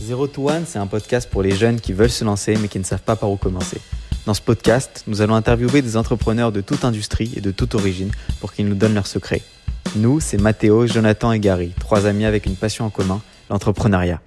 Zero to One, c'est un podcast pour les jeunes qui veulent se lancer mais qui ne savent pas par où commencer. Dans ce podcast, nous allons interviewer des entrepreneurs de toute industrie et de toute origine pour qu'ils nous donnent leurs secrets. Nous, c'est Mathéo, Jonathan et Gary, 3 amis avec une passion en commun, l'entrepreneuriat.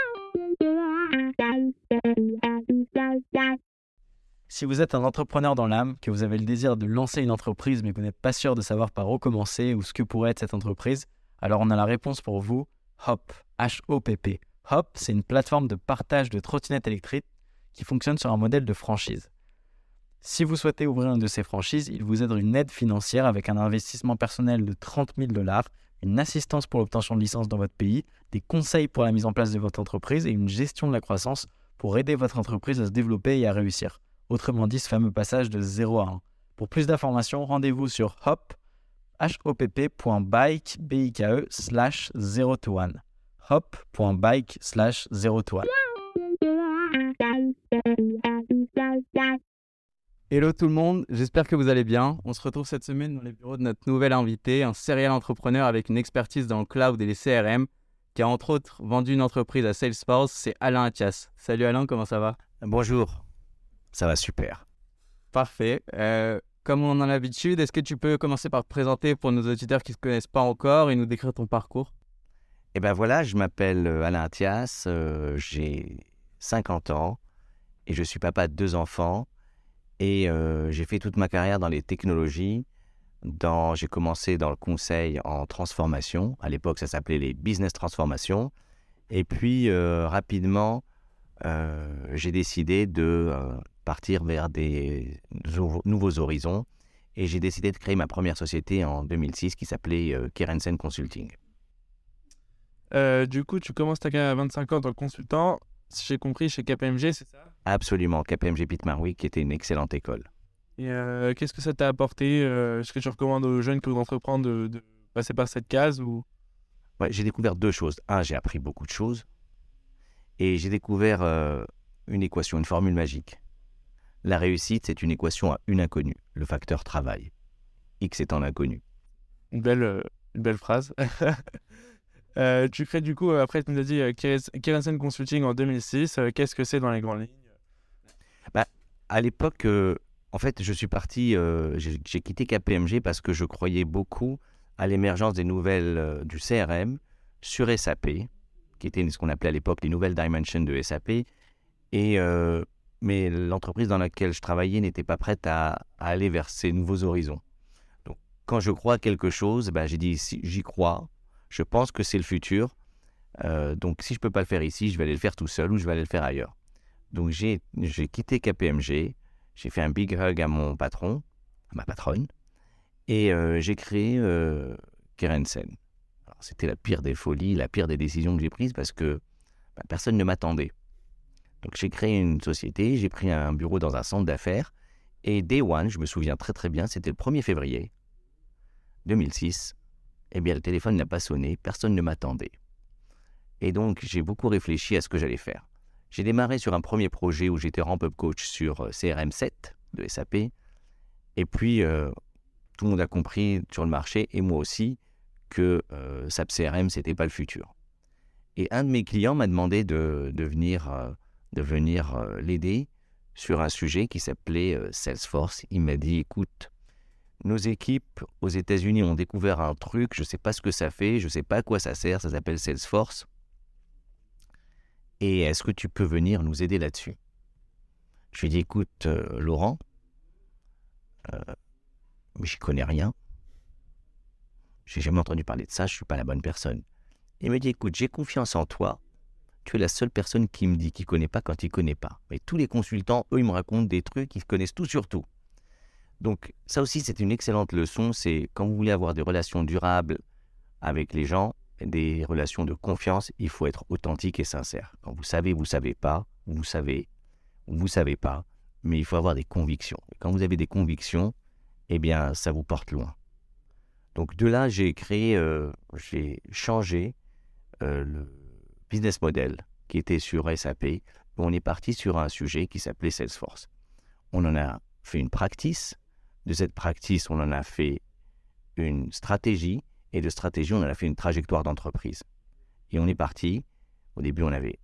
Si vous êtes un entrepreneur dans l'âme, que vous avez le désir de lancer une entreprise mais que vous n'êtes pas sûr de savoir par où commencer ou ce que pourrait être cette entreprise, alors on a la réponse pour vous, Hop, H-O-P-P. Hop, c'est une plateforme de partage de trottinettes électriques qui fonctionne sur un modèle de franchise. Si vous souhaitez ouvrir une de ces franchises, il vous aide une aide financière avec un investissement personnel de 30 000 $, une assistance pour l'obtention de licence dans votre pays, des conseils pour la mise en place de votre entreprise et une gestion de la croissance pour aider votre entreprise à se développer et à réussir. Autrement dit, ce fameux passage de 0 à 1. Pour plus d'informations, rendez-vous sur hop.bike/0to1. hop.bike/0to1. Hello tout le monde, j'espère que vous allez bien. On se retrouve cette semaine dans les bureaux de notre nouvel invité, un serial entrepreneur avec une expertise dans le cloud et les CRM, qui a entre autres vendu une entreprise à Salesforce, c'est Alain Athias. Salut Alain, comment ça va ? Bonjour, ça va super. Parfait. Comme on en a l'habitude, est-ce que tu peux commencer par te présenter pour nos auditeurs qui ne te connaissent pas encore et nous décrire ton parcours ? Eh bien voilà, je m'appelle Alain Athias, j'ai 50 ans et je suis papa de 2 enfants et j'ai fait toute ma carrière dans les technologies. J'ai commencé dans le conseil en transformation, à l'époque ça s'appelait les business transformation, et puis rapidement j'ai décidé de partir vers des nouveaux horizons et j'ai décidé de créer ma première société en 2006 qui s'appelait Kerensen Consulting. Du coup, tu commences ta carrière à 25 ans en tant que consultant, si j'ai compris, chez KPMG, c'est ça ? Absolument, KPMG Pitt Marwick, qui était une excellente école. Et qu'est-ce que ça t'a apporté ? Est-ce que tu recommandes aux jeunes qui voudraient entreprendre de passer par cette case ou... Ouais, j'ai découvert 2 choses. J'ai appris beaucoup de choses et j'ai découvert une équation, une formule magique. La réussite, c'est une équation à une inconnue, le facteur travail. X étant l'inconnu. Une belle phrase. Tu crées du coup, après tu nous as dit Kerensen Consulting en 2006. Qu'est-ce que c'est dans les grandes lignes ? À l'époque, en fait, je suis parti, j'ai quitté KPMG parce que je croyais beaucoup à l'émergence des nouvelles du CRM sur SAP, qui était ce qu'on appelait à l'époque les nouvelles dimensions de SAP. Mais l'entreprise dans laquelle je travaillais n'était pas prête à aller vers ces nouveaux horizons. Donc, quand je crois à quelque chose, j'ai dit, si j'y crois, je pense que c'est le futur. Donc, si je ne peux pas le faire ici, je vais aller le faire tout seul ou je vais aller le faire ailleurs. Donc, j'ai quitté KPMG, j'ai fait un big hug à mon patron, à ma patronne, et j'ai créé Kerensen. Alors, c'était la pire des folies, la pire des décisions que j'ai prises parce que personne ne m'attendait. Donc, j'ai créé une société, j'ai pris un bureau dans un centre d'affaires, et Day One, je me souviens très très bien, c'était le 1er février 2006, eh bien le téléphone n'a pas sonné, personne ne m'attendait. Et donc, j'ai beaucoup réfléchi à ce que j'allais faire. J'ai démarré sur un premier projet où j'étais ramp-up coach sur CRM7 de SAP, et puis tout le monde a compris sur le marché, et moi aussi, que SAP CRM, c'était pas le futur. Et un de mes clients m'a demandé de venir l'aider sur un sujet qui s'appelait Salesforce. Il m'a dit, écoute, nos équipes aux États-Unis ont découvert un truc, je ne sais pas ce que ça fait, je ne sais pas à quoi ça sert, ça s'appelle Salesforce. Et est-ce que tu peux venir nous aider là-dessus ? Je lui ai dit, écoute, Laurent, j'y connais rien. Je n'ai jamais entendu parler de ça, je ne suis pas la bonne personne. Il me dit, écoute, j'ai confiance en toi. Tu es la seule personne qui me dit qu'il ne connaît pas quand il ne connaît pas. Mais tous les consultants, eux, ils me racontent des trucs, ils connaissent tout sur tout. Donc, ça aussi, c'est une excellente leçon. C'est quand vous voulez avoir des relations durables avec les gens, des relations de confiance, il faut être authentique et sincère. Quand vous savez pas, vous savez pas, mais il faut avoir des convictions. Et quand vous avez des convictions, eh bien, ça vous porte loin. Donc, de là, j'ai changé le business model qui était sur SAP. On est parti sur un sujet qui s'appelait Salesforce. On en a fait une practice. De cette practice, on en a fait une stratégie. Et de stratégie, on en a fait une trajectoire d'entreprise. Et on est parti. Au début, on avait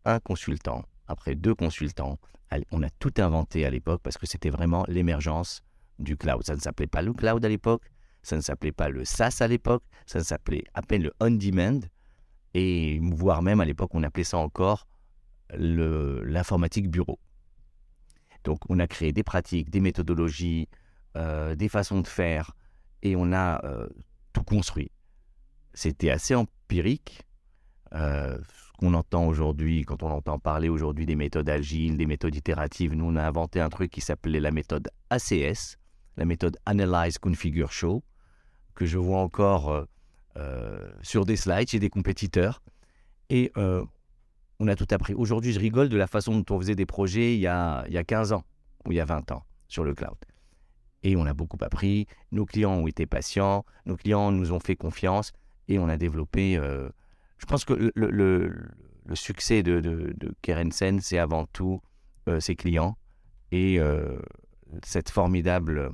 un consultant, après 2 consultants, on a tout inventé à l'époque parce que c'était vraiment l'émergence du cloud. Ça ne s'appelait pas le cloud à l'époque, ça ne s'appelait pas le SaaS à l'époque, ça s'appelait à peine le on-demand, et voire même à l'époque, on appelait ça encore l'informatique bureau. Donc, on a créé des pratiques, des méthodologies, des façons de faire, et on a tout construit. C'était assez empirique. Ce qu'on entend aujourd'hui, quand on entend parler aujourd'hui des méthodes agiles, des méthodes itératives, nous, on a inventé un truc qui s'appelait la méthode ACS, la méthode Analyze, Configure, Show, que je vois encore sur des slides chez des compétiteurs. Et on a tout appris. Aujourd'hui, je rigole de la façon dont on faisait des projets il y a 15 ans ou il y a 20 ans sur le cloud. Et on a beaucoup appris. Nos clients ont été patients. Nos clients nous ont fait confiance. Et on a développé... je pense que le succès de Kerensen, c'est avant tout ses clients et ce formidable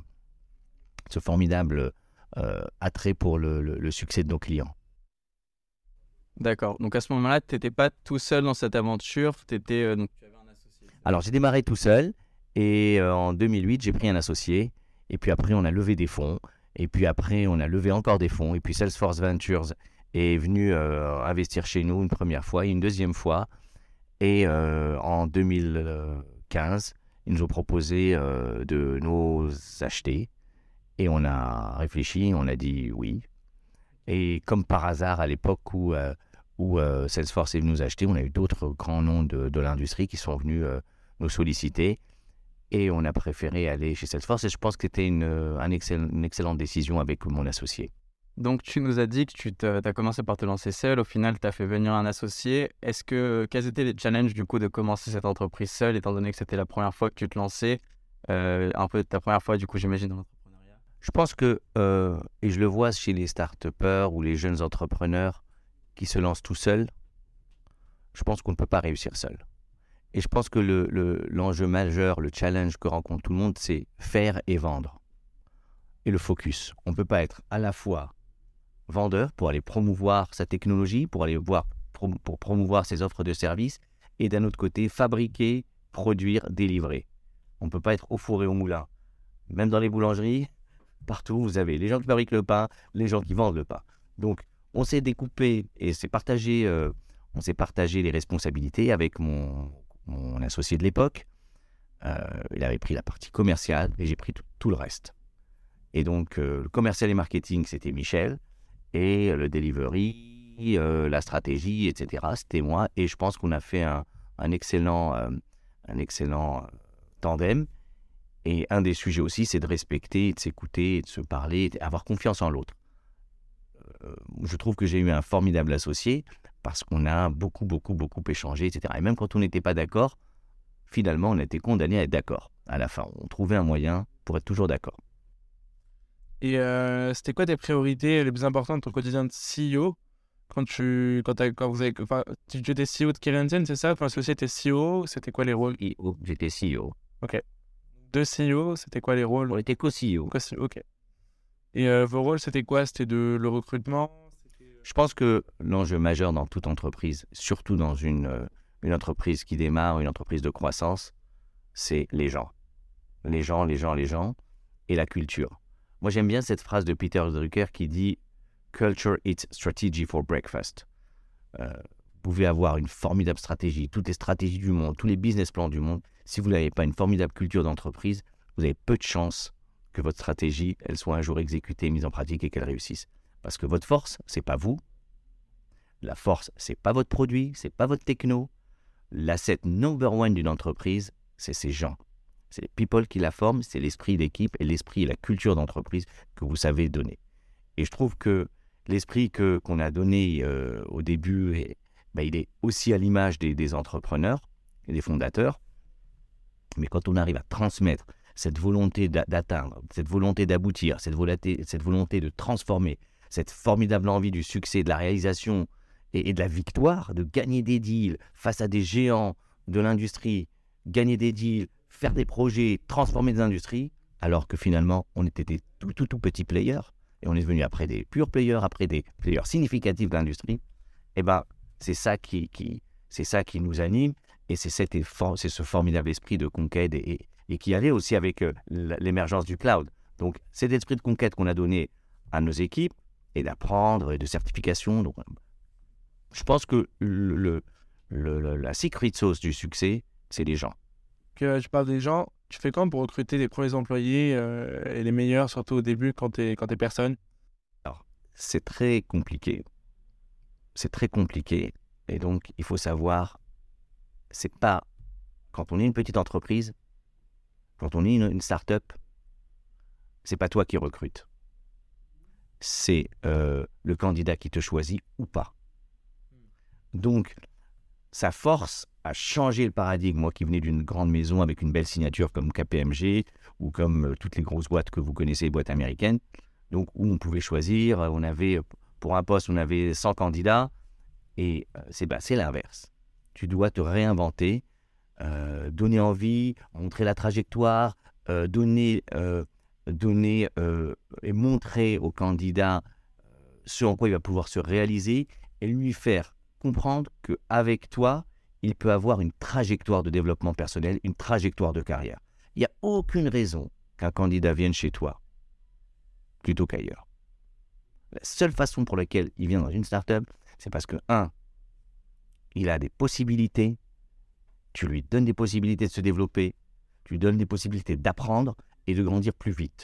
attrait pour le succès de nos clients. D'accord. Donc à ce moment-là, tu n'étais pas tout seul dans cette aventure, donc tu avais un associé. Alors j'ai démarré tout seul et en 2008, j'ai pris un associé et puis après on a levé des fonds et puis après on a levé encore des fonds et puis Salesforce Ventures est venu investir chez nous une première fois et une deuxième fois et en 2015, ils nous ont proposé de nous acheter et on a réfléchi, on a dit oui. Et comme par hasard, à l'époque où Salesforce est venu nous acheter, on a eu d'autres grands noms de l'industrie qui sont venus nous solliciter. Et on a préféré aller chez Salesforce. Et je pense que c'était une excellente décision avec mon associé. Donc, tu nous as dit que tu as commencé par te lancer seul. Au final, tu as fait venir un associé. Quels étaient les challenges, du coup, de commencer cette entreprise seule, étant donné que c'était la première fois que tu te lançais, un peu ta première fois, du coup, j'imagine, dans l'entrepreneuriat? Je pense que, et je le vois chez les start-upers ou les jeunes entrepreneurs qui se lancent tout seuls, je pense qu'on ne peut pas réussir seul. Et je pense que l'enjeu majeur, le challenge que rencontre tout le monde, c'est faire et vendre. Et le focus. On ne peut pas être à la fois vendeur pour aller promouvoir sa technologie, pour aller pour promouvoir ses offres de services, et d'un autre côté, fabriquer, produire, délivrer. On ne peut pas être au four et au moulin. Même dans les boulangeries, partout, vous avez les gens qui fabriquent le pain, les gens qui vendent le pain. Donc, on s'est découpé et on s'est partagé les responsabilités avec mon associé de l'époque. Il avait pris la partie commerciale et j'ai pris tout le reste. Et donc, le commercial et marketing, c'était Michel. Et le delivery, la stratégie, etc., c'était moi. Et je pense qu'on a fait un excellent tandem. Et un des sujets aussi, c'est de respecter, de s'écouter, de se parler, d'avoir confiance en l'autre. Je trouve que j'ai eu un formidable associé parce qu'on a beaucoup échangé, etc. Et même quand on n'était pas d'accord, finalement, on était condamné à être d'accord. À la fin, on trouvait un moyen pour être toujours d'accord. Et c'était quoi tes priorités les plus importantes de ton quotidien de CEO quand tu étais CEO de Kerensen, c'est ça? Enfin, l'associé était CEO, c'était quoi les rôles? J'étais CEO. Ok. 2 CEO, c'était quoi les rôles? On était co-CEO. Ok. Et vos rôles, c'était quoi? C'était le recrutement? Je pense que l'enjeu majeur dans toute entreprise, surtout dans une entreprise qui démarre, une entreprise de croissance, c'est les gens. Les gens et la culture. Moi, j'aime bien cette phrase de Peter Drucker qui dit « Culture eats strategy for breakfast ». Vous pouvez avoir une formidable stratégie, toutes les stratégies du monde, tous les business plans du monde. Si vous n'avez pas une formidable culture d'entreprise, vous avez peu de chances que votre stratégie, elle soit un jour exécutée, mise en pratique et qu'elle réussisse. Parce que votre force, c'est pas vous. La force, c'est pas votre produit, c'est pas votre techno. L'asset number one d'une entreprise, c'est ses gens. C'est les people qui la forment, c'est l'esprit d'équipe et l'esprit et la culture d'entreprise que vous savez donner. Et je trouve que l'esprit qu'on a donné au début, il est aussi à l'image des entrepreneurs et des fondateurs. Mais quand on arrive à transmettre cette volonté d'atteindre, cette volonté d'aboutir, cette volonté de transformer, cette formidable envie du succès, de la réalisation et de la victoire, de gagner des deals face à des géants de l'industrie, gagner des deals, faire des projets, transformer des industries, alors que finalement, on était des tout petits players, et on est devenu après des purs players, après des players significatifs de l'industrie, c'est ça C'est ça qui nous anime et c'est ce formidable esprit de conquête et qui allait aussi avec l'émergence du cloud. Donc, cet esprit de conquête qu'on a donné à nos équipes et d'apprendre et de certification. Donc, je pense que la secret sauce du succès, c'est les gens. Tu parles des gens, tu fais comment pour recruter les premiers employés et les meilleurs, surtout au début quand t'es personne? Alors, c'est très compliqué. C'est très compliqué. Et donc, il faut savoir, c'est pas quand on est une petite entreprise, quand on est une start-up, c'est pas toi qui recrutes. C'est le candidat qui te choisit ou pas. Donc, ça force à changer le paradigme. Moi qui venais d'une grande maison avec une belle signature comme KPMG ou comme toutes les grosses boîtes que vous connaissez, les boîtes américaines, donc où on pouvait choisir, pour un poste, on avait 100 candidats et c'est l'inverse. Tu dois te réinventer, donner envie, montrer la trajectoire, donner et montrer au candidat ce en quoi il va pouvoir se réaliser et lui faire comprendre qu'avec toi, il peut avoir une trajectoire de développement personnel, une trajectoire de carrière. Il n'y a aucune raison qu'un candidat vienne chez toi plutôt qu'ailleurs. La seule façon pour laquelle il vient dans une start-up, c'est parce que, il a des possibilités, tu lui donnes des possibilités de se développer, tu lui donnes des possibilités d'apprendre et de grandir plus vite.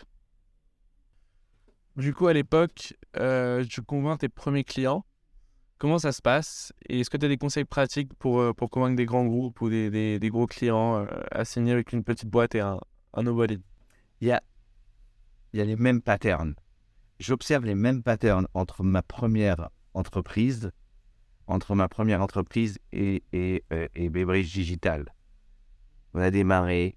Du coup, à l'époque, tu convaincs tes premiers clients. Comment ça se passe? Et est-ce que tu as des conseils pratiques pour convaincre des grands groupes ou des gros clients à signer avec une petite boîte et un nobody? Il y a les mêmes patterns. J'observe les mêmes patterns entre ma première entreprise et Baybridge Digital. On a démarré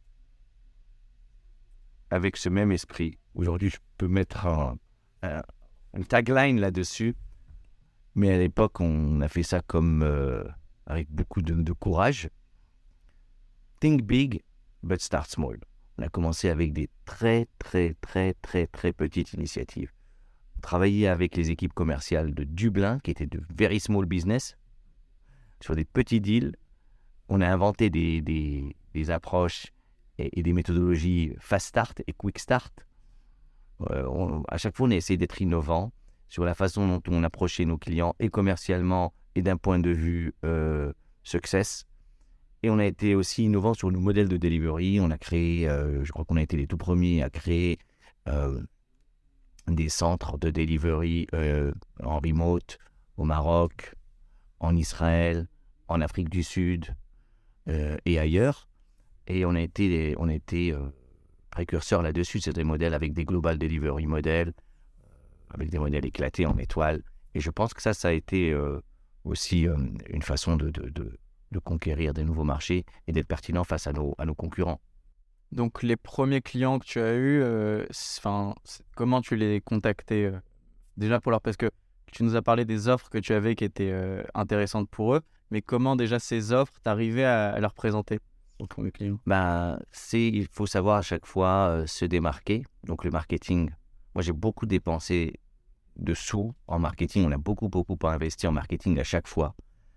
avec ce même esprit. Aujourd'hui, je peux mettre une tagline là-dessus. Mais à l'époque, on a fait ça avec beaucoup de courage. Think big, but start small. On a commencé avec des très, très, très, très, très petites initiatives. On travaillait avec les équipes commerciales de Dublin, qui étaient de very small business, sur des petits deals. On a inventé des approches et des méthodologies fast start et quick start. À chaque fois, on a essayé d'être innovant sur la façon dont on approchait nos clients et commercialement et d'un point de vue success. Et on a été aussi innovant sur nos modèles de delivery. On a créé, je crois qu'on a été les tout premiers à créer des centres de delivery en remote au Maroc, en Israël, en Afrique du Sud et ailleurs. Et on a été précurseurs là-dessus. C'est des modèles avec des global delivery models, avec des modèles éclatés en étoiles. Et je pense que ça a été aussi une façon de conquérir des nouveaux marchés et d'être pertinent face à nos concurrents. Donc, les premiers clients que tu as eus, comment tu les contactais déjà parce que tu nous as parlé des offres que tu avais qui étaient intéressantes pour eux, mais comment déjà ces offres, t'arrivais à leur présenter aux premiers clients? Il faut savoir à chaque fois se démarquer. Donc, le marketing, moi j'ai beaucoup dépensé de sous en marketing. On a beaucoup investi en marketing à chaque fois.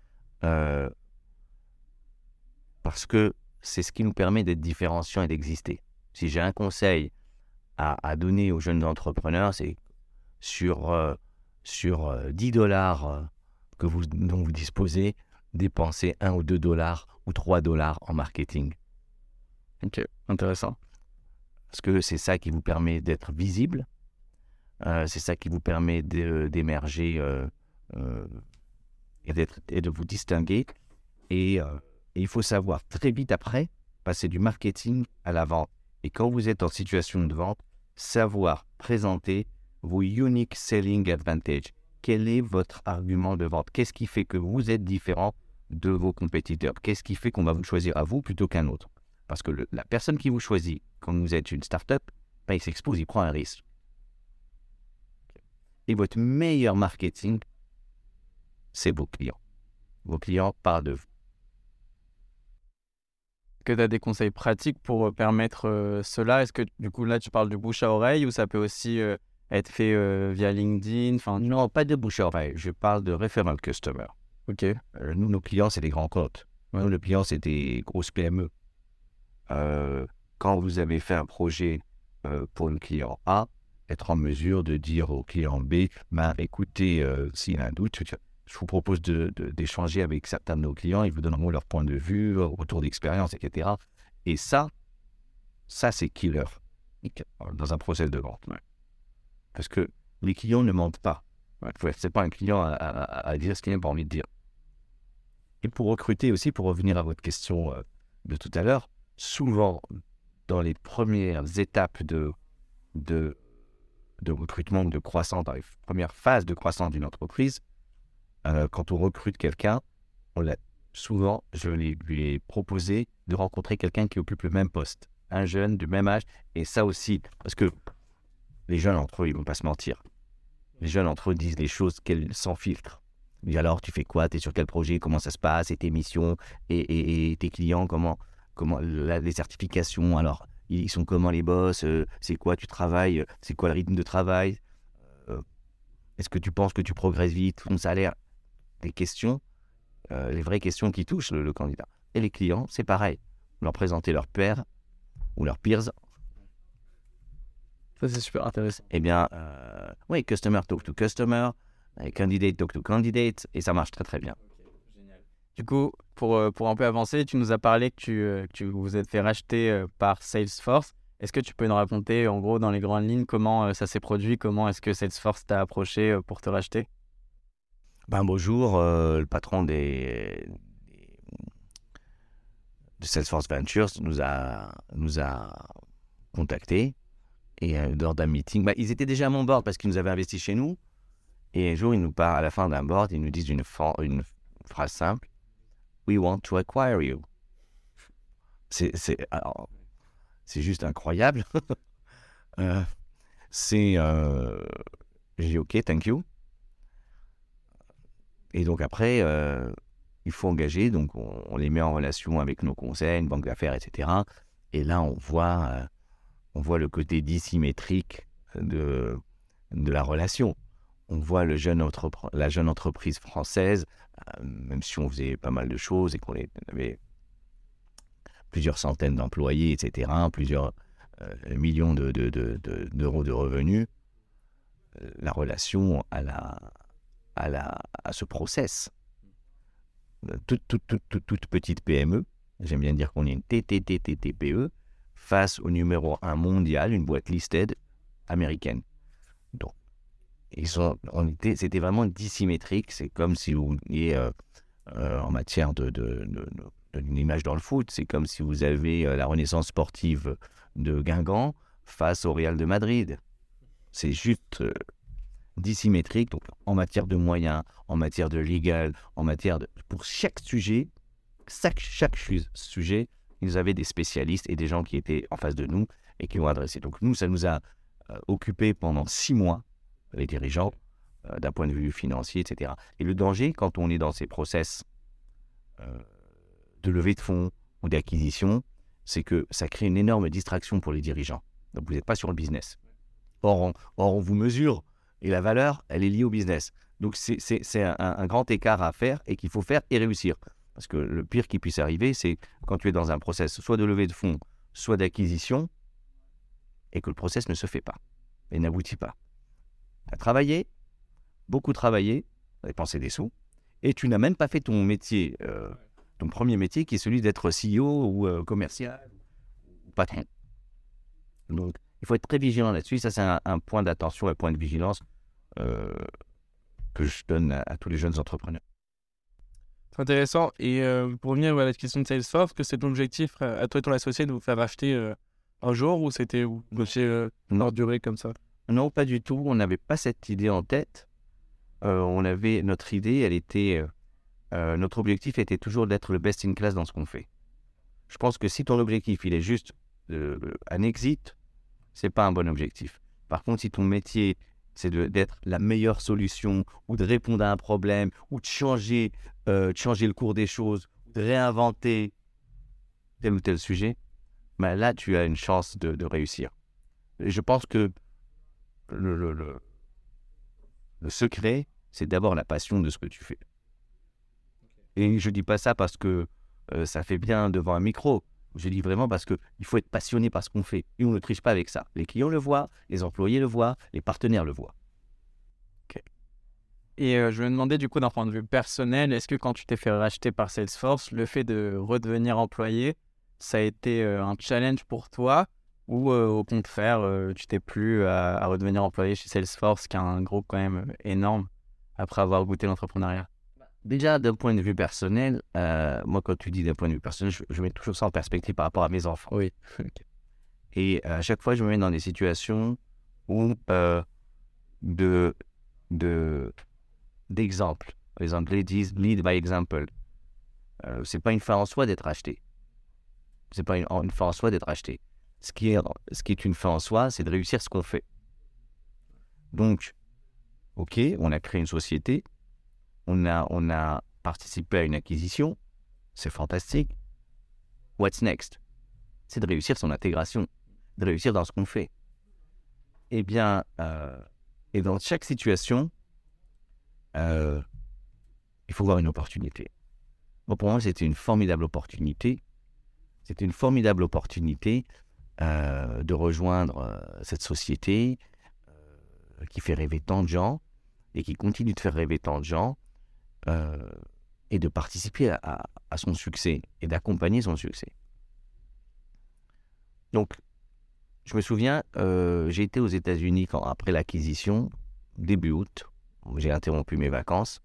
Parce que c'est ce qui nous permet d'être différenciants et d'exister. Si j'ai un conseil à donner aux jeunes entrepreneurs, c'est sur $10 dont vous disposez, dépensez 1 ou 2 dollars ou 3 dollars en marketing. Ok, intéressant. Parce que c'est ça qui vous permet d'être visible, c'est ça qui vous permet d'émerger et de vous distinguer. Et il faut savoir très vite après passer du marketing à la vente. Et quand vous êtes en situation de vente, savoir présenter vos unique selling advantage. Quel est votre argument de vente? Qu'est-ce qui fait que vous êtes différent de vos compétiteurs? Qu'est-ce qui fait qu'on va vous choisir à vous plutôt qu'un autre? Parce que la personne qui vous choisit quand vous êtes une start-up, il s'expose, il prend un risque. Et votre meilleur marketing, c'est vos clients. Vos clients parlent de vous. Est-ce que tu as des conseils pratiques pour permettre cela? Est-ce que du coup là tu parles du bouche à oreille ou ça peut aussi être fait via LinkedIn? Non, pas de bouche à oreille. Je parle de referral customer. Ok. Nous, nos clients, c'est des grands comptes. Ouais. Nous, nos clients, c'est des grosses PME. Quand vous avez fait un projet pour le client A, être en mesure de dire au client B, écoutez, s'il y a un doute, je vous propose d'échanger avec certains de nos clients, ils vous donneront leur point de vue, retour d'expérience, etc. Et ça c'est killer dans un process de vente. Ouais. Parce que les clients ne mentent pas. Ouais. C'est pas un client à dire ce qu'il n'a pas envie de dire. Et pour recruter aussi, pour revenir à votre question de tout à l'heure, souvent, dans les premières étapes de recrutement, de croissance, dans les premières phases de croissance d'une entreprise, quand on recrute quelqu'un, souvent, lui ai proposé de rencontrer quelqu'un qui occupe le même poste, un jeune du même âge, et ça aussi, parce que les jeunes entre eux, ils ne vont pas se mentir. Les jeunes entre eux disent les choses sans filtre. Et alors, tu fais quoi? Tu es sur quel projet? Comment ça se passe? Et tes missions? Et tes clients? Comment les certifications? Alors, ils sont comment les boss? C'est quoi tu travailles? C'est quoi le rythme de travail? Est-ce que tu penses que tu progresses vite? Ton salaire? Les questions, les vraies questions qui touchent le candidat. Et les clients, c'est pareil. Leur présenter leur pairs ou leurs peers. Ça, c'est super intéressant. Eh bien, oui, customer talk to customer, candidate talk to candidate, et ça marche très très bien. Du coup, pour un peu avancer, tu nous as parlé que tu vous êtes fait racheter par Salesforce. Est-ce que tu peux nous raconter, en gros, dans les grandes lignes, comment ça s'est produit? Comment est-ce que Salesforce t'a approché pour te racheter? Un beau jour, le patron de Salesforce Ventures nous a contactés. Et lors d'un meeting, ils étaient déjà à mon board parce qu'ils nous avaient investi chez nous. Et un jour, ils nous parlent à la fin d'un board, ils nous disent une phrase simple: We want to acquire you. C'est juste incroyable. J'ai dit OK, thank you. Et donc après, il faut engager. Donc on les met en relation avec nos conseils, une banque d'affaires, etc. Et là, on voit le côté dissymétrique de la relation. On voit la jeune entreprise française, même si on faisait pas mal de choses et qu'on avait plusieurs centaines d'employés, etc., plusieurs millions d'euros de revenus, la relation à ce process. Toute petite PME, j'aime bien dire qu'on est une TTTTPE, face au numéro 1 mondial, une boîte listed américaine. Donc, c'était vraiment dissymétrique. C'est comme si vous veniez en matière d'une image dans le foot, c'est comme si vous avez la renaissance sportive de Guingamp face au Real de Madrid. C'est juste dissymétrique. Donc, en matière de moyens, en matière de légal, pour chaque sujet, chaque sujet, ils avaient des spécialistes et des gens qui étaient en face de nous et qui l'ont adressé. Donc nous, ça nous a occupés pendant 6 mois, les dirigeants, d'un point de vue financier, etc. Et le danger, quand on est dans ces process de levée de fonds ou d'acquisition, c'est que ça crée une énorme distraction pour les dirigeants. Donc vous n'êtes pas sur le business. Or, on vous mesure et la valeur, elle est liée au business. Donc c'est un grand écart à faire et qu'il faut faire et réussir. Parce que le pire qui puisse arriver, c'est quand tu es dans un process soit de levée de fonds, soit d'acquisition, et que le process ne se fait pas et n'aboutit pas. Tu as travaillé, beaucoup travaillé, tu as dépensé des sous, et tu n'as même pas fait ton métier, ton premier métier qui est celui d'être CEO ou commercial ou patron. Donc, il faut être très vigilant là-dessus. Ça, c'est un point d'attention, un point de vigilance que je donne à tous les jeunes entrepreneurs. C'est intéressant. Et pour revenir à la question de Salesforce, que c'est ton objectif à toi et ton associé de vous faire racheter un jour ou c'était leur durée comme ça? Non, pas du tout. On n'avait pas cette idée en tête. Notre idée, elle était... notre objectif était toujours d'être le best in class dans ce qu'on fait. Je pense que si ton objectif, il est juste un exit, c'est pas un bon objectif. Par contre, si ton métier, c'est d'être la meilleure solution ou de répondre à un problème ou de changer le cours des choses, de réinventer tel ou tel sujet, là, tu as une chance de réussir. Et je pense que le secret, c'est d'abord la passion de ce que tu fais. Et je dis pas ça parce que ça fait bien devant un micro. Je dis vraiment parce qu'il faut être passionné par ce qu'on fait. Et on ne triche pas avec ça. Les clients le voient, les employés le voient, les partenaires le voient. Et je me demandais du coup d'un point de vue personnel, est-ce que quand tu t'es fait racheter par Salesforce, le fait de redevenir employé, ça a été un challenge pour toi ou au contraire, tu t'es plu à redevenir employé chez Salesforce, qui est un groupe quand même énorme, après avoir goûté l'entrepreneuriat? Déjà, d'un point de vue personnel, moi, quand tu dis d'un point de vue personnel, je mets toujours ça en perspective par rapport à mes enfants. Oui. Et à chaque fois, je me mets dans des situations où d'exemple. Les Anglais disent lead by example. C'est pas une fin en soi d'être acheté. C'est pas une fin en soi d'être acheté. Ce qui est une fin en soi, c'est de réussir ce qu'on fait. Donc, ok, on a créé une société, on a participé à une acquisition, c'est fantastique. What's next? C'est de réussir son intégration, de réussir dans ce qu'on fait. Eh bien, et dans chaque situation, il faut voir une opportunité. Bon, pour moi, c'était une formidable opportunité. C'était une formidable opportunité de rejoindre cette société qui fait rêver tant de gens et qui continue de faire rêver tant de gens et de participer à son succès et d'accompagner son succès. Donc, je me souviens, j'ai été aux États-Unis après l'acquisition, début août. J'ai interrompu mes vacances.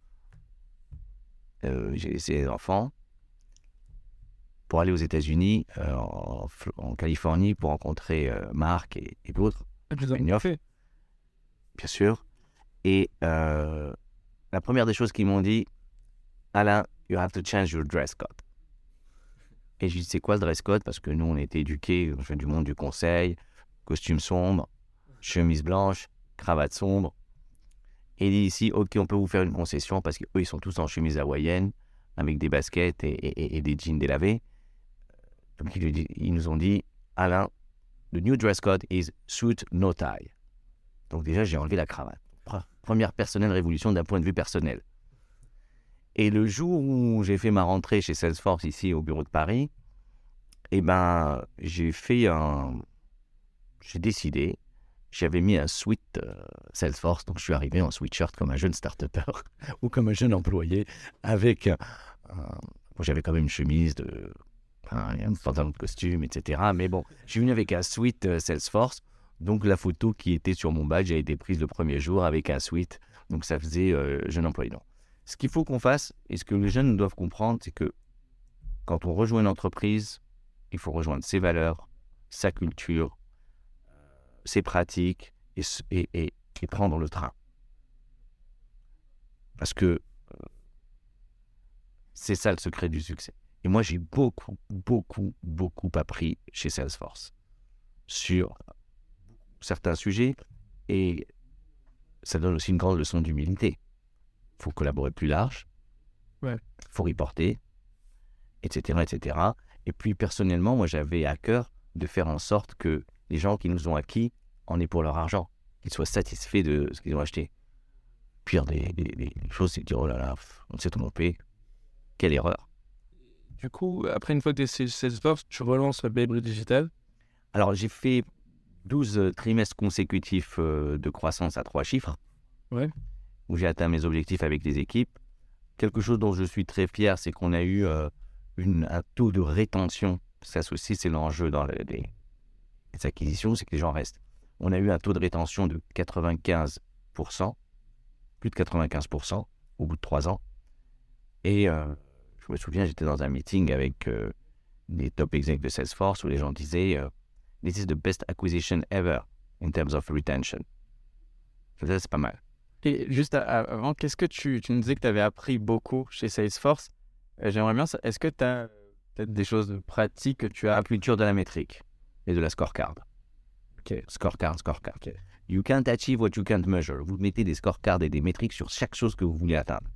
J'ai laissé les enfants pour aller aux États-Unis, en Californie, pour rencontrer Marc et d'autres. Bien fait. Bien sûr. Et la première des choses qu'ils m'ont dit, Alain, you have to change your dress code. Et je dis, c'est quoi le dress code? Parce que nous, on était éduqués, je viens du monde du conseil, costume sombre, chemise blanche, cravate sombre. Et il dit ici, ok, on peut vous faire une concession parce qu'eux, ils sont tous en chemise hawaïenne, avec des baskets et des jeans délavés. Donc, ils nous ont dit, Alain, the new dress code is suit, no tie. Donc déjà, j'ai enlevé la cravate. Première personnelle révolution d'un point de vue personnel. Et le jour où j'ai fait ma rentrée chez Salesforce, ici au bureau de Paris, eh ben, j'ai décidé, j'avais mis un sweat Salesforce, donc je suis arrivé en sweatshirt comme un jeune start-upper ou comme un jeune employé, avec bon, j'avais quand même une chemise, un pantalon de costume, etc. Mais bon, je suis venu avec un sweat Salesforce, donc la photo qui était sur mon badge a été prise le premier jour avec un sweat, donc ça faisait jeune employé. Non. Ce qu'il faut qu'on fasse, et ce que les jeunes doivent comprendre, c'est que quand on rejoint une entreprise, il faut rejoindre ses valeurs, sa culture, ses pratiques et prendre le train. Parce que c'est ça le secret du succès. Et moi, j'ai beaucoup appris chez Salesforce sur certains sujets et ça donne aussi une grande leçon d'humilité. Il faut collaborer plus large, il faut reporter, etc., etc. Et puis, personnellement, moi, j'avais à cœur de faire en sorte que les gens qui nous ont acquis en aient pour leur argent, qu'ils soient satisfaits de ce qu'ils ont acheté. Pire des choses, c'est de dire, oh là là, on s'est trompé, quelle erreur. Du coup, après, une fois que tu es chez Salesforce, tu relances le Baby Digital. Alors, j'ai fait 12 trimestres consécutifs de croissance à 3 chiffres, où j'ai atteint mes objectifs avec les équipes. Quelque chose dont je suis très fier, c'est qu'on a eu un taux de rétention. Ça aussi, c'est l'enjeu dans les acquisitions, c'est que les gens restent. On a eu un taux de rétention de 95%, plus de 95% au bout de 3 ans. Et je me souviens, j'étais dans un meeting avec les top execs de Salesforce où les gens disaient This is the best acquisition ever in terms of retention. Ça, c'est pas mal. Et juste avant, qu'est-ce que tu nous disais que tu avais appris beaucoup chez Salesforce? J'aimerais bien, est-ce que tu as peut-être des choses pratiques que tu as La culture de la métrique et de la scorecard. Scorecard. You can't achieve what you can't measure. Vous mettez des scorecards et des métriques sur chaque chose que vous voulez atteindre.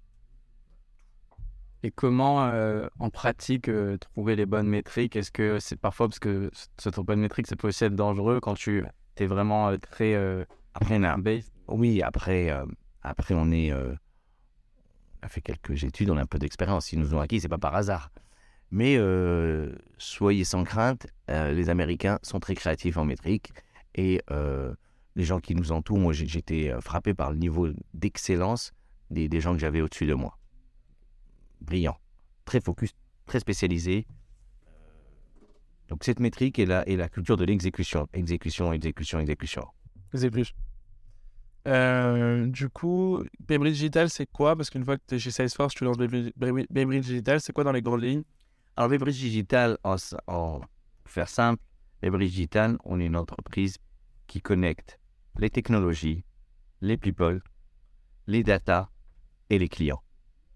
Et comment, en pratique, trouver les bonnes métriques? Est-ce que c'est parfois, parce que ce sont bonnes métriques, ça peut aussi être dangereux quand tu es vraiment très après, base? Oui, après on a fait quelques études, on a un peu d'expérience. S'ils nous ont acquis, ce n'est pas par hasard. Mais soyez sans crainte, les Américains sont très créatifs en métrique et les gens qui nous entourent, moi j'étais frappé par le niveau d'excellence des gens que j'avais au-dessus de moi. Brillants, très focus, très spécialisés. Donc cette métrique est la culture de l'exécution. Exécution. C'est plus. Du coup, Baybridge Digital, c'est quoi? Parce qu'une fois que tu es chez Salesforce, tu lances Baybridge Digital, c'est quoi dans les grandes lignes? Alors Baybridge Digital, pour faire simple, Baybridge Digital, on est une entreprise qui connecte les technologies, les people, les data et les clients.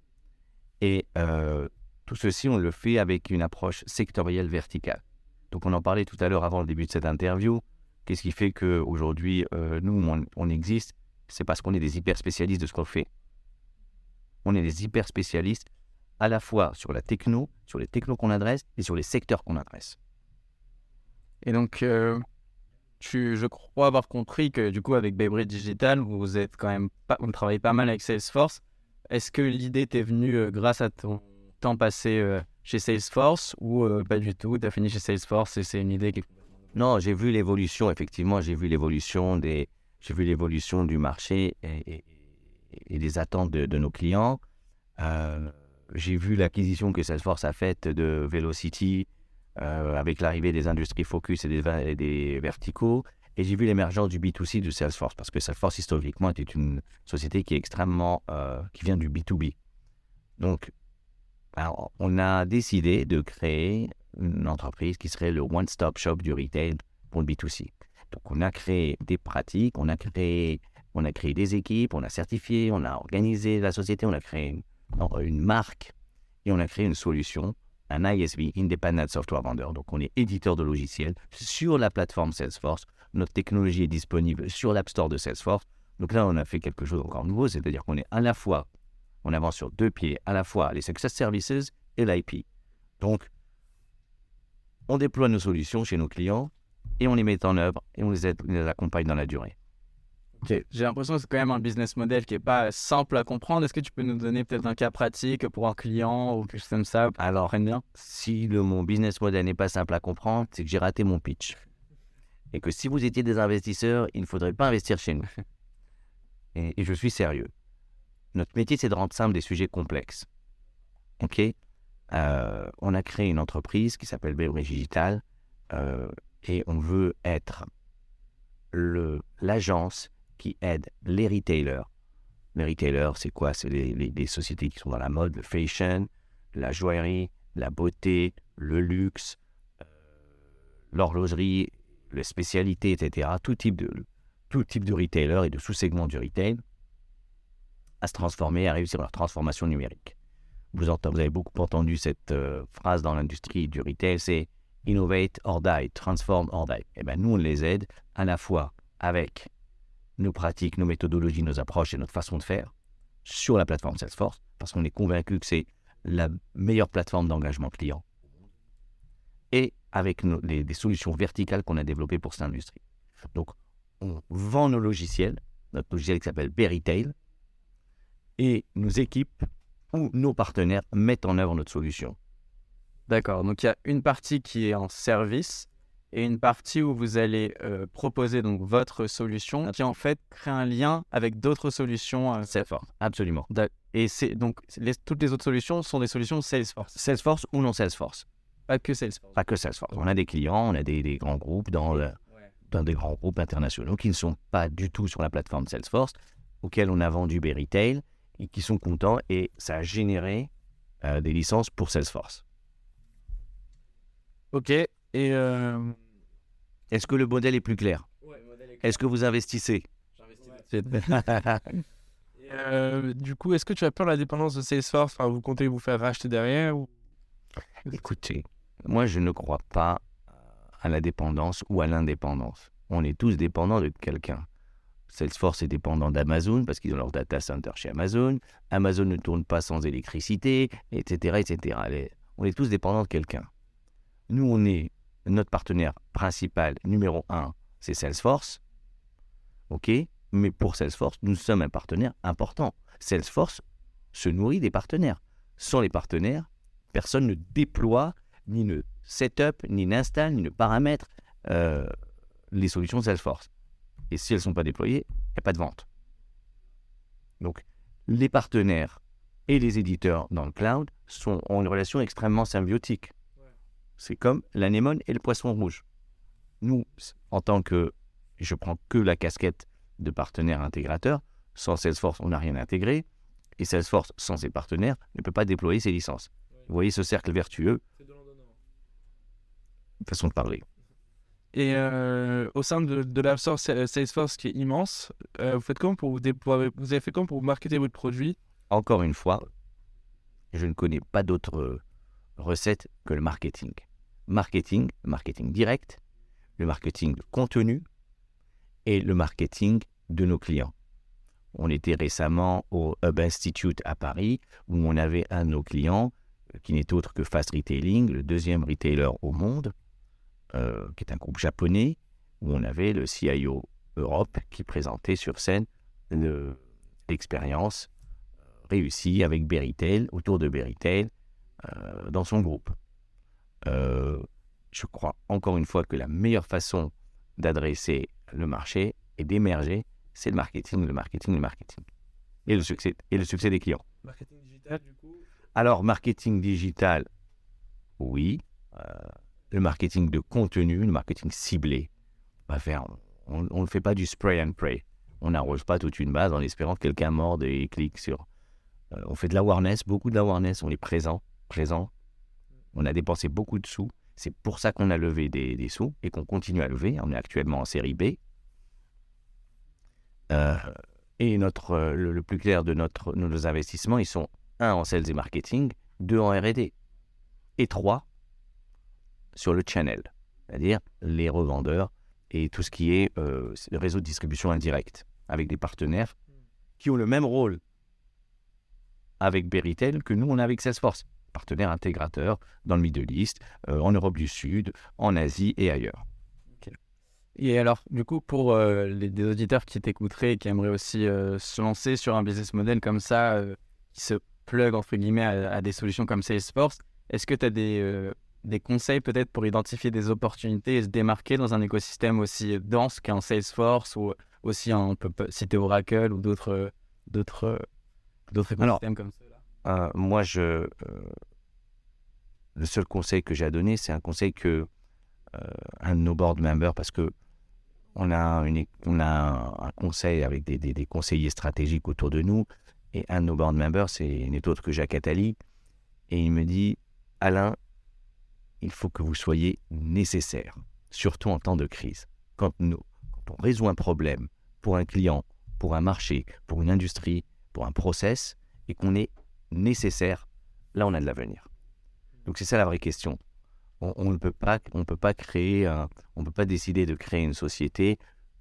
Et tout ceci, on le fait avec une approche sectorielle verticale. Donc on en parlait tout à l'heure avant le début de cette interview. Qu'est-ce qui fait qu'aujourd'hui, nous, on existe? C'est parce qu'on est des hyper spécialistes de ce qu'on fait. On est des hyper spécialistes à la fois sur la techno, sur les technos qu'on adresse et sur les secteurs qu'on adresse. Et donc, je crois avoir compris que du coup, avec Baybridge Digital, vous travaillez pas mal avec Salesforce. Est-ce que l'idée t'est venue grâce à ton temps passé chez Salesforce ou pas du tout? Tu as fini chez Salesforce et c'est une idée qui... Non, j'ai vu l'évolution, effectivement, j'ai vu l'évolution du marché et des attentes de nos clients. J'ai vu l'acquisition que Salesforce a faite de Velocity avec l'arrivée des industries focus et des verticaux. Et j'ai vu l'émergence du B2C de Salesforce parce que Salesforce, historiquement, était une société qui est extrêmement... qui vient du B2B. Donc, alors, on a décidé de créer une entreprise qui serait le one-stop shop du retail pour le B2C. Donc, on a créé des pratiques, on a créé des équipes, on a certifié, on a organisé la société, on a créé une marque et on a créé une solution, un ISV, Independent Software Vendor. Donc, on est éditeur de logiciels sur la plateforme Salesforce. Notre technologie est disponible sur l'App Store de Salesforce. Donc là, on a fait quelque chose encore nouveau, c'est-à-dire qu'on est à la fois, on avance sur deux pieds, à la fois les Success Services et l'IP. Donc, on déploie nos solutions chez nos clients et on les met en œuvre et on les accompagne dans la durée. Okay. J'ai l'impression que c'est quand même un business model qui n'est pas simple à comprendre. Est-ce que tu peux nous donner peut-être un cas pratique pour un client ou quelque chose comme ça? Alors, bien. Si mon business model n'est pas simple à comprendre, c'est que j'ai raté mon pitch. Et que si vous étiez des investisseurs, il ne faudrait pas investir chez nous. Et je suis sérieux. Notre métier, c'est de rendre simple des sujets complexes. OK? On a créé une entreprise qui s'appelle Baybridge Digital et on veut être l'agence qui aide les retailers. Les retailers, c'est quoi? C'est les sociétés qui sont dans la mode, le fashion, la joaillerie, la beauté, le luxe, l'horlogerie, les spécialités, etc. Tout type de retailer et de sous-segments du retail à se transformer, à réussir leur transformation numérique. Vous avez beaucoup entendu cette phrase dans l'industrie du retail, c'est « innovate or die »,« transform or die ». Et bien, nous, on les aide à la fois avec nos pratiques, nos méthodologies, nos approches et notre façon de faire sur la plateforme Salesforce, parce qu'on est convaincu que c'est la meilleure plateforme d'engagement client, et avec des solutions verticales qu'on a développées pour cette industrie. Donc, on vend nos logiciels, notre logiciel qui s'appelle B-Retail, et nos équipes ou nos partenaires mettent en œuvre notre solution. D'accord, donc il y a une partie qui est en service et une partie où vous allez proposer donc votre solution qui en fait crée un lien avec d'autres solutions Salesforce, absolument. Et toutes les autres solutions sont des solutions Salesforce. Salesforce ou non Salesforce. Pas que Salesforce. Pas que Salesforce. On a des clients, on a des grands groupes dans des grands groupes internationaux qui ne sont pas du tout sur la plateforme Salesforce, auxquels on a vendu B-Retail et qui sont contents et ça a généré des licences pour Salesforce. Ok. Et est-ce que le modèle est plus clair? Ouais, le modèle est clair. Est-ce que vous investissez? Du coup, est-ce que tu as peur de la dépendance de Salesforce? Enfin, vous comptez vous faire racheter derrière ou... Écoutez, moi je ne crois pas à la dépendance ou à l'indépendance. On est tous dépendants de quelqu'un. Salesforce est dépendant d'Amazon parce qu'ils ont leur data center chez Amazon. Amazon ne tourne pas sans électricité, etc., etc. On est tous dépendants de quelqu'un. Nous, notre partenaire principal, numéro 1, c'est Salesforce. OK? Mais pour Salesforce, nous sommes un partenaire important. Salesforce se nourrit des partenaires. Sans les partenaires, personne ne déploie, ni ne set-up, ni n'installe, ni ne paramètre les solutions Salesforce. Et si elles ne sont pas déployées, il n'y a pas de vente. Donc, les partenaires et les éditeurs dans le cloud ont une relation extrêmement symbiotique. C'est comme l'anémone et le poisson rouge. Nous, en tant que... Je prends que la casquette de partenaire intégrateur. Sans Salesforce, on n'a rien intégré. Et Salesforce, sans ses partenaires, ne peut pas déployer ses licences. Vous voyez ce cercle vertueux. Façon de parler. Et au sein de l'app store Salesforce qui est immense, vous faites comment pour vous avez fait comment pour marketer votre produit? Encore une fois, je ne connais pas d'autre recette que le marketing. Le marketing direct, le marketing de contenu et le marketing de nos clients. On était récemment au Hub Institute à Paris où on avait un de nos clients qui n'est autre que Fast Retailing, le deuxième retailer au monde, qui est un groupe japonais, où on avait le CIO Europe qui présentait sur scène l'expérience réussie avec Berrytail, autour de Berrytail, dans son groupe. Je crois encore une fois que la meilleure façon d'adresser le marché et d'émerger, c'est le marketing. Et le succès des clients. Marketing digital, du coup? Alors, marketing digital, oui. Le marketing de contenu, le marketing ciblé. On ne fait pas du spray and pray. On n'arrose pas toute une base en espérant que quelqu'un morde et clique sur... on fait de l'awareness, beaucoup de l'awareness. On est présent. On a dépensé beaucoup de sous. C'est pour ça qu'on a levé des sous et qu'on continue à lever. On est actuellement en série B. Et le plus clair de nos investissements, ils sont 1 en sales et marketing, 2 en R&D et 3 sur le channel, c'est-à-dire les revendeurs et tout ce qui est le réseau de distribution indirect avec des partenaires qui ont le même rôle avec Berrytail que nous on a avec Salesforce, partenaires intégrateurs dans le Middle East, en Europe du Sud, en Asie et ailleurs. Et alors, du coup, pour des auditeurs qui t'écouteraient et qui aimeraient aussi se lancer sur un business model comme ça, qui se plug entre guillemets à des solutions comme Salesforce, est-ce que tu as des conseils peut-être pour identifier des opportunités et se démarquer dans un écosystème aussi dense qu'un Salesforce ou aussi on peut citer Oracle ou d'autres écosystèmes comme ça? Moi, le seul conseil que j'ai à donner, c'est un conseil que un de nos board members, parce que on a un conseil avec des conseillers stratégiques autour de nous, et un de nos board members, n'est autre que Jacques Attali, et il me dit, Alain, il faut que vous soyez nécessaire, surtout en temps de crise. Quand on résout un problème pour un client, pour un marché, pour une industrie, pour un process, et qu'on est nécessaire, là on a de l'avenir. Donc c'est ça la vraie question. On ne peut pas décider de créer une société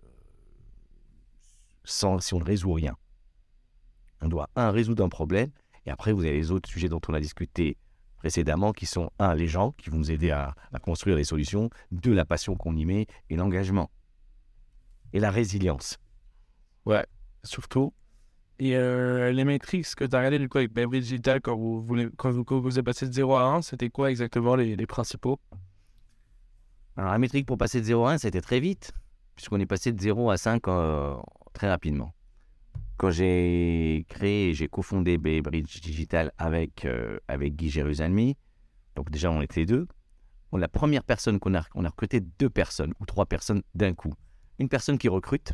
si on ne résout rien. On doit, résoudre un problème, et après vous avez les autres sujets dont on a discuté précédemment, qui sont, les gens qui vont nous aider à construire des solutions, 2, la passion qu'on y met, et l'engagement. Et la résilience. Ouais, surtout. Et les métriques que tu as regardé du coup avec Beverly Digital quand vous êtes passé de 0 à 1, c'était quoi exactement les principaux? Alors la métrique pour passer de 0 à 1, c'était très vite, puisqu'on est passé de 0 à 5 très rapidement. Quand j'ai créé et j'ai cofondé Bridge Digital avec Guy Jérusalemi, donc déjà on était 2, la première personne on a recruté 2 personnes ou 3 personnes d'un coup. Une personne qui recrute.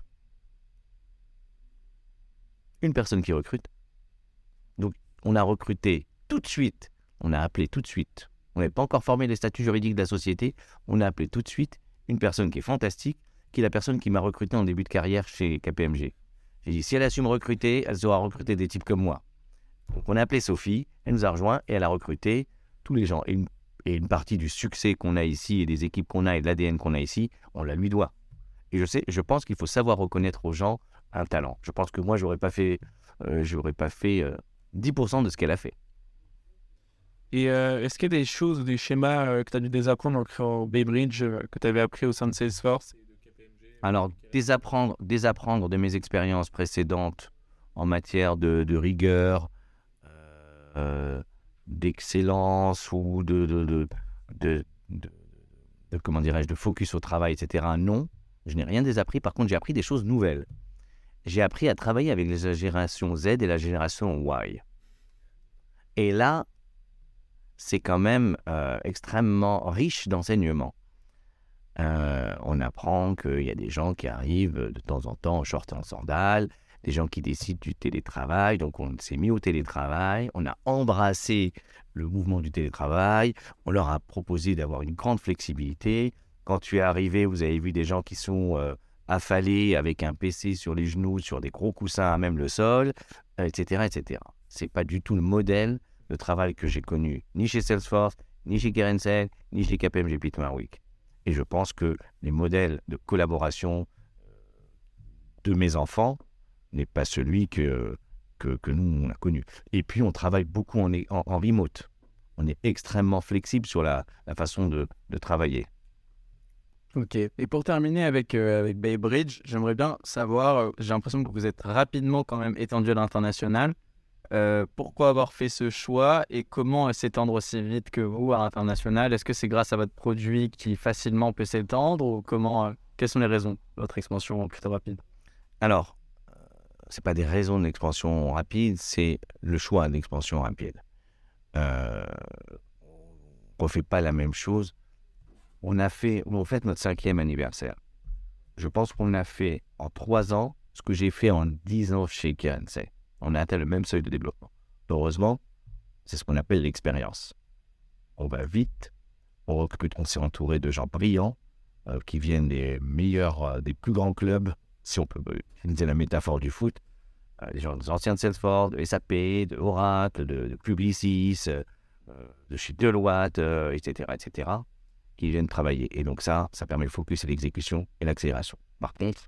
Donc, on a recruté tout de suite, on a appelé tout de suite. On n'avait pas encore formé les statuts juridiques de la société. On a appelé tout de suite une personne qui est fantastique, qui est la personne qui m'a recruté en début de carrière chez KPMG. J'ai dit, si elle a su me recruter, elle saura recruter des types comme moi. Donc, on a appelé Sophie, elle nous a rejoints et elle a recruté tous les gens. Et une partie du succès qu'on a ici et des équipes qu'on a et de l'ADN qu'on a ici, on la lui doit. Et je pense qu'il faut savoir reconnaître aux gens un talent. Je pense que moi, j'aurais pas fait 10% de ce qu'elle a fait. Et est-ce qu'il y a des choses ou des schémas que tu as dû désapprendre en créant Baybridge, que tu avais appris au sein de Salesforce et de KPMG? Alors, désapprendre de mes expériences précédentes en matière de rigueur, d'excellence ou comment dirais-je, de focus au travail, etc. Non, je n'ai rien désappris. Par contre, j'ai appris des choses nouvelles. J'ai appris à travailler avec la génération Z et la génération Y. Et là, c'est quand même extrêmement riche d'enseignements. On apprend qu'il y a des gens qui arrivent de temps en temps en short et en sandales, des gens qui décident du télétravail, donc on s'est mis au télétravail, on a embrassé le mouvement du télétravail, on leur a proposé d'avoir une grande flexibilité. Quand tu es arrivé, vous avez vu des gens qui sont affalés avec un PC sur les genoux, sur des gros coussins à même le sol, etc., etc. C'est pas du tout le modèle de travail que j'ai connu, ni chez Salesforce, ni chez Keren, ni chez KPMG Pittman Week. Et je pense que les modèles de collaboration de mes enfants n'est pas celui que nous, on a connu. Et puis, on travaille beaucoup en remote. On est extrêmement flexible sur la façon de travailler. Ok. Et pour terminer avec Baybridge, j'aimerais bien savoir, j'ai l'impression que vous êtes rapidement quand même étendu à l'international. Pourquoi avoir fait ce choix et comment s'étendre aussi vite que vous à l'international? Est-ce que c'est grâce à votre produit qui facilement peut s'étendre ou quelles sont les raisons de votre expansion plutôt rapide? Alors, ce n'est pas des raisons de l'expansion rapide, c'est le choix de l'expansion rapide. On ne refait pas la même chose. On fait notre 5e anniversaire. Je pense qu'on a fait en 3 ans ce que j'ai fait en 10 ans chez Keren. On a atteint le même seuil de développement. Heureusement, c'est ce qu'on appelle l'expérience. On va vite, on s'est entouré de gens brillants qui viennent des meilleurs, des plus grands clubs, si on peut utiliser la métaphore du foot, des gens des anciens de Salesforce, de SAP, de Oracle, de Publicis, de chez Deloitte, etc., qui viennent travailler. Et donc ça permet le focus et l'exécution et l'accélération. Par contre,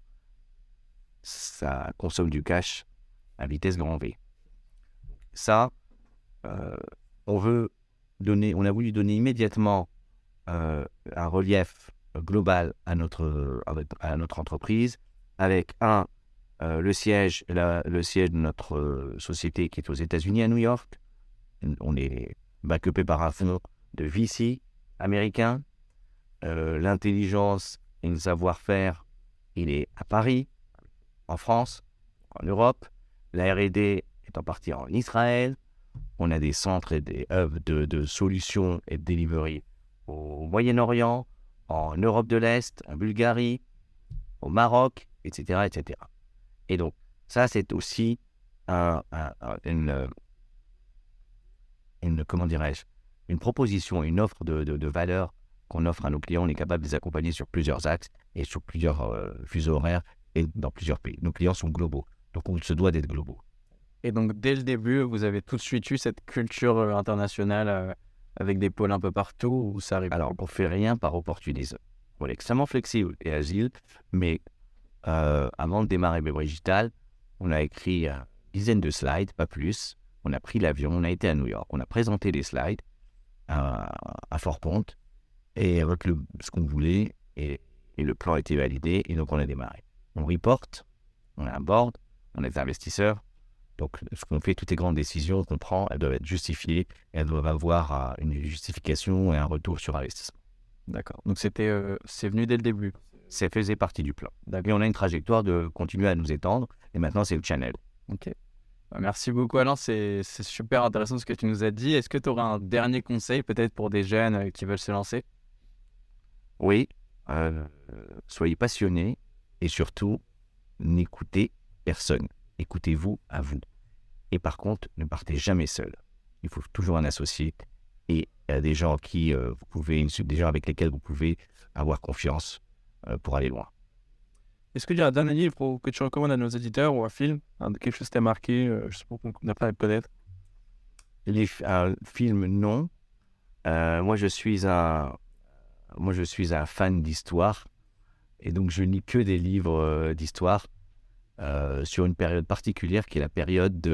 ça consomme du cash à vitesse grand V. Ça, on a voulu donner immédiatement un relief global à notre entreprise avec le siège de notre société qui est aux États-Unis à New York. On est backupé par un fonds de VC américain. L'intelligence et le savoir-faire, il est à Paris, en France, en Europe. La R&D est en partie en Israël. On a des centres et des hubs de solutions et de delivery au Moyen-Orient, en Europe de l'Est, en Bulgarie, au Maroc, etc., etc. Et donc, ça, c'est aussi une proposition, une offre de valeur qu'on offre à nos clients. On est capable de les accompagner sur plusieurs axes et sur plusieurs fuseaux horaires et dans plusieurs pays. Nos clients sont globaux. Donc, on se doit d'être globaux. Et donc, dès le début, vous avez tout de suite eu cette culture internationale avec des pôles un peu partout où ça arrive? Alors, on ne fait rien par opportunisme. On est extrêmement flexible et agile, mais avant de démarrer Baybridge Digital, on a écrit une dizaine de slides, pas plus. On a pris l'avion, on a été à New York, on a présenté les slides à Fort Ponte et avec ce qu'on voulait et le plan a été validé et donc on a démarré. On reporte, on a un board, on a des investisseurs. Donc, ce qu'on fait, toutes les grandes décisions qu'on prend, elles doivent être justifiées, elles doivent avoir une justification et un retour sur investissement. D'accord. Donc, c'est venu dès le début. Ça faisait partie du plan. Et on a une trajectoire de continuer à nous étendre. Et maintenant, c'est le channel. Ok. Merci beaucoup, Alain. C'est super intéressant ce que tu nous as dit. Est-ce que tu aurais un dernier conseil, peut-être pour des jeunes qui veulent se lancer? Oui. Soyez passionnés et surtout, n'écoutez personne. Écoutez-vous à vous. Et par contre, ne partez jamais seul. Il faut toujours un associé et des gens des gens avec lesquels vous pouvez avoir confiance pour aller loin. Est-ce qu'il y a un dernier livre que tu recommandes à nos éditeurs ou un film, quelque chose qui t'a marqué, je sais pas qu'on n'a pas à connaître? Un film, non. Moi, je suis un fan d'histoire et donc je lis que des livres d'histoire. Sur une période particulière qui est la période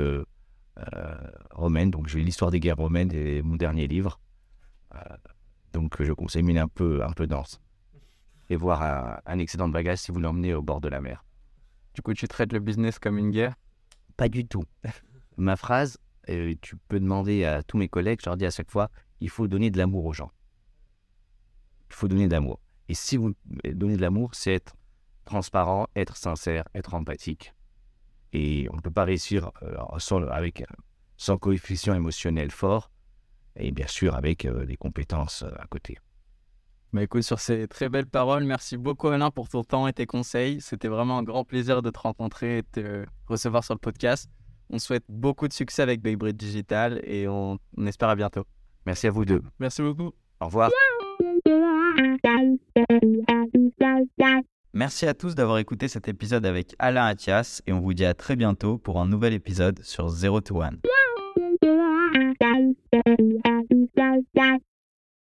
romaine. Donc, j'ai l'histoire des guerres romaines et mon dernier livre. Donc, je conseille une un peu dense. Et voir un excédent de bagages si vous l'emmenez au bord de la mer. Du coup, tu traites le business comme une guerre? Pas du tout. Ma phrase tu peux demander à tous mes collègues, je leur dis à chaque fois, il faut donner de l'amour aux gens. Il faut donner de l'amour. Et si vous donnez de l'amour, c'est être transparent, être sincère, être empathique. Et on ne peut pas réussir sans coefficient émotionnel fort, et bien sûr avec des compétences à côté. Bah écoute, sur ces très belles paroles, merci beaucoup Alain pour ton temps et tes conseils. C'était vraiment un grand plaisir de te rencontrer et de te recevoir sur le podcast. On souhaite beaucoup de succès avec Baybridge Digital et on espère à bientôt. Merci à vous deux. Merci beaucoup. Au revoir. Merci à tous d'avoir écouté cet épisode avec Alain Attias et on vous dit à très bientôt pour un nouvel épisode sur 0 to 1.